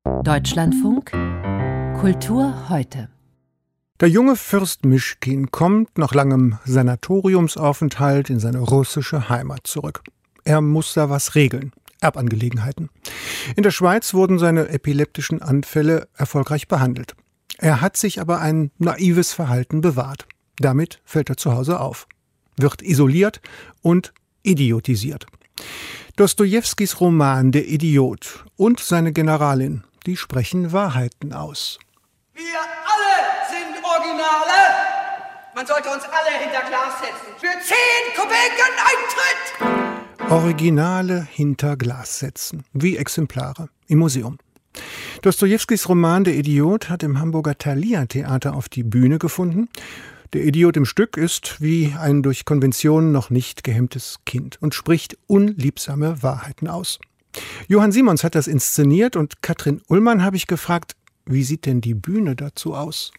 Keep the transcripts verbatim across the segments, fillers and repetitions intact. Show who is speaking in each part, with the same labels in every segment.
Speaker 1: Deutschlandfunk Kultur heute.
Speaker 2: Der junge Fürst Mischkin kommt nach langem Sanatoriumsaufenthalt in seine russische Heimat zurück. Er muss da was regeln, Erbangelegenheiten. In der Schweiz wurden seine epileptischen Anfälle erfolgreich behandelt. Er hat sich aber ein naives Verhalten bewahrt. Damit fällt er zu Hause auf, wird isoliert und idiotisiert. Dostojewskis Roman Der Idiot und seine Generalin, die sprechen Wahrheiten aus.
Speaker 3: Wir alle sind Originale. Man sollte uns alle hinter Glas setzen. Für zehn Kubeken Eintritt.
Speaker 2: Originale hinter Glas setzen, wie Exemplare im Museum. Dostojewskis Roman Der Idiot hat im Hamburger Thalia-Theater auf die Bühne gefunden. Der Idiot im Stück ist wie ein durch Konventionen noch nicht gehemmtes Kind und spricht unliebsame Wahrheiten aus. Johann Simons hat das inszeniert und Katrin Ullmann habe ich gefragt, wie sieht denn die Bühne dazu aus?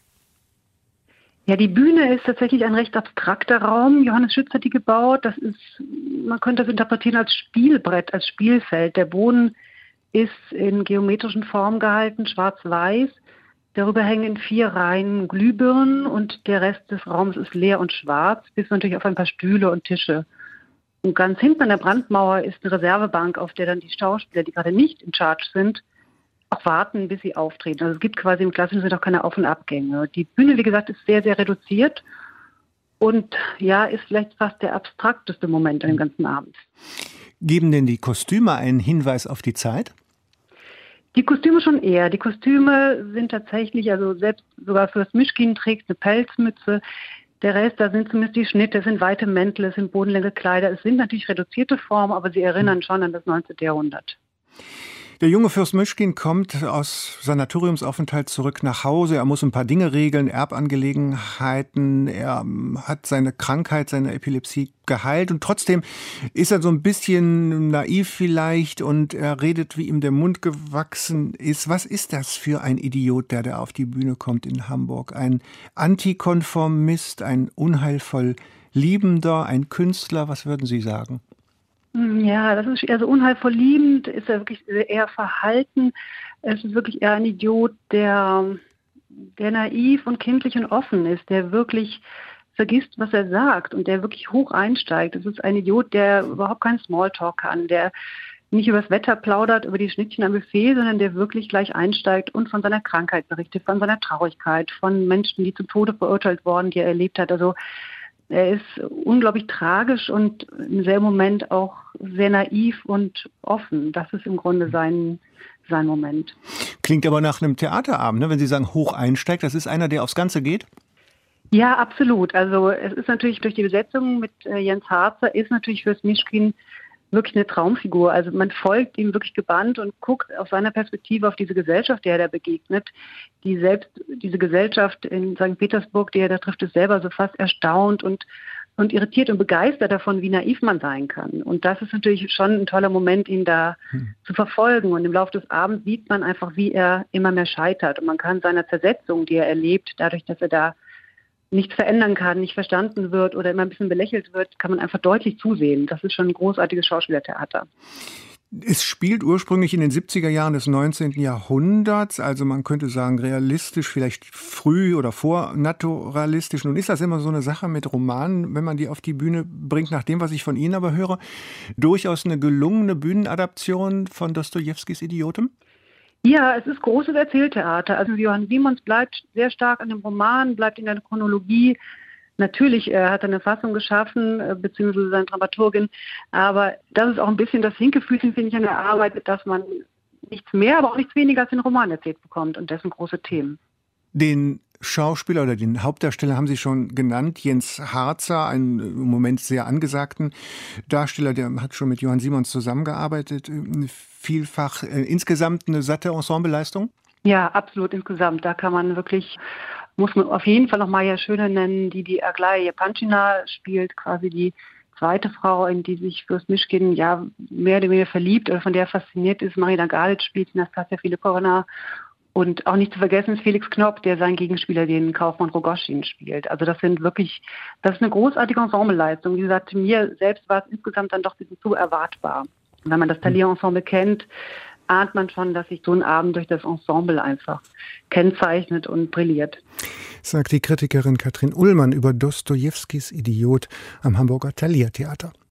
Speaker 4: Ja, die Bühne ist tatsächlich ein recht abstrakter Raum. Johannes Schütz hat die gebaut. Das ist, man könnte das interpretieren als Spielbrett, als Spielfeld. Der Boden ist in geometrischen Formen gehalten, schwarz-weiß. Darüber hängen vier Reihen Glühbirnen und der Rest des Raums ist leer und schwarz, bis natürlich auf ein paar Stühle und Tische. Und ganz hinten an der Brandmauer ist eine Reservebank, auf der dann die Schauspieler, die gerade nicht in Charge sind, auch warten, bis sie auftreten. Also es gibt quasi im klassischen Sinne auch keine Auf- und Abgänge. Die Bühne, wie gesagt, ist sehr, sehr reduziert und ja, ist vielleicht fast der abstrakteste Moment an dem ganzen Abend.
Speaker 2: Geben denn die Kostüme einen Hinweis auf die Zeit?
Speaker 4: Die Kostüme schon eher. Die Kostüme sind tatsächlich, also selbst sogar Fürst Mischkin trägt eine Pelzmütze. Der Rest, da sind zumindest die Schnitte, es sind weite Mäntel, es sind bodenlänge Kleider. Es sind natürlich reduzierte Formen, aber sie erinnern schon an das neunzehnte. Jahrhundert.
Speaker 2: Der junge Fürst Mischkin kommt aus Sanatoriumsaufenthalt zurück nach Hause. Er muss ein paar Dinge regeln, Erbangelegenheiten. Er hat seine Krankheit, seine Epilepsie geheilt. Und trotzdem ist er so ein bisschen naiv vielleicht und er redet, wie ihm der Mund gewachsen ist. Was ist das für ein Idiot, der da auf die Bühne kommt in Hamburg? Ein Antikonformist, ein unheilvoll Liebender, ein Künstler? Was würden Sie sagen?
Speaker 4: Ja, das ist eher so unheilvoll liebend, ist er wirklich eher verhalten. Es ist wirklich eher ein Idiot, der, der naiv und kindlich und offen ist, der wirklich vergisst, was er sagt und der wirklich hoch einsteigt. Es ist ein Idiot, der überhaupt keinen Smalltalk kann, der nicht über das Wetter plaudert, über die Schnittchen am Buffet, sondern der wirklich gleich einsteigt und von seiner Krankheit berichtet, von seiner Traurigkeit, von Menschen, die zum Tode verurteilt wurden, die er erlebt hat. Also er ist unglaublich tragisch und im selben Moment auch sehr naiv und offen. Das ist im Grunde sein, sein Moment.
Speaker 2: Klingt aber nach einem Theaterabend, ne? Wenn Sie sagen, hoch einsteigt. Das ist einer, der aufs Ganze geht?
Speaker 4: Ja, absolut. Also es ist natürlich durch die Besetzung mit äh, Jens Harzer, ist natürlich Fürst Mischkin wirklich eine Traumfigur. Also man folgt ihm wirklich gebannt und guckt aus seiner Perspektive auf diese Gesellschaft, der er da begegnet. Die selbst, diese Gesellschaft in Sankt Petersburg, die er da trifft, ist selber so fast erstaunt und, und irritiert und begeistert davon, wie naiv man sein kann. Und das ist natürlich schon ein toller Moment, ihn da hm. zu verfolgen. Und im Laufe des Abends sieht man einfach, wie er immer mehr scheitert. Und man kann seiner Zersetzung, die er erlebt, dadurch, dass er da nichts verändern kann, nicht verstanden wird oder immer ein bisschen belächelt wird, kann man einfach deutlich zusehen. Das ist schon ein großartiges Schauspielertheater.
Speaker 2: Es spielt ursprünglich in den siebziger Jahren des neunzehnten. Jahrhunderts, also man könnte sagen realistisch, vielleicht früh oder vornaturalistisch. Nun ist das immer so eine Sache mit Romanen, wenn man die auf die Bühne bringt, nach dem, was ich von Ihnen aber höre, durchaus eine gelungene Bühnenadaption von Dostojewskis Idiotem?
Speaker 4: Ja, es ist großes Erzähltheater. Also Johann Simons bleibt sehr stark an dem Roman, bleibt in der Chronologie. Natürlich er hat er eine Fassung geschaffen, beziehungsweise seine Dramaturgin. Aber das ist auch ein bisschen das Hinkefüßchen, finde ich, an der Arbeit, dass man nichts mehr, aber auch nichts weniger als den Roman erzählt bekommt und dessen große Themen.
Speaker 2: Den Schauspieler oder den Hauptdarsteller haben Sie schon genannt, Jens Harzer, einen im Moment sehr angesagten Darsteller, der hat schon mit Johann Simons zusammengearbeitet, vielfach. Insgesamt eine satte Ensembleleistung?
Speaker 4: Ja, absolut insgesamt. Da kann man wirklich, muss man auf jeden Fall noch Maja Schöne nennen, die die Aglaya Jepanschina spielt, quasi die zweite Frau, in die sich Fürst Mischkin ja mehr oder weniger verliebt oder von der fasziniert ist. Marina Galic spielt Nastassja Filippowna. Und auch nicht zu vergessen ist Felix Knopp, der seinen Gegenspieler, den Kaufmann Rogoschin, spielt. Also das sind wirklich, das ist eine großartige Ensembleleistung. Wie gesagt, mir selbst war es insgesamt dann doch ein bisschen zu erwartbar. Wenn man das Thalia-Ensemble kennt, ahnt man schon, dass sich so ein Abend durch das Ensemble einfach kennzeichnet und brilliert.
Speaker 2: Sagt die Kritikerin Katrin Ullmann über Dostojewskis Idiot am Hamburger Thalia Theater.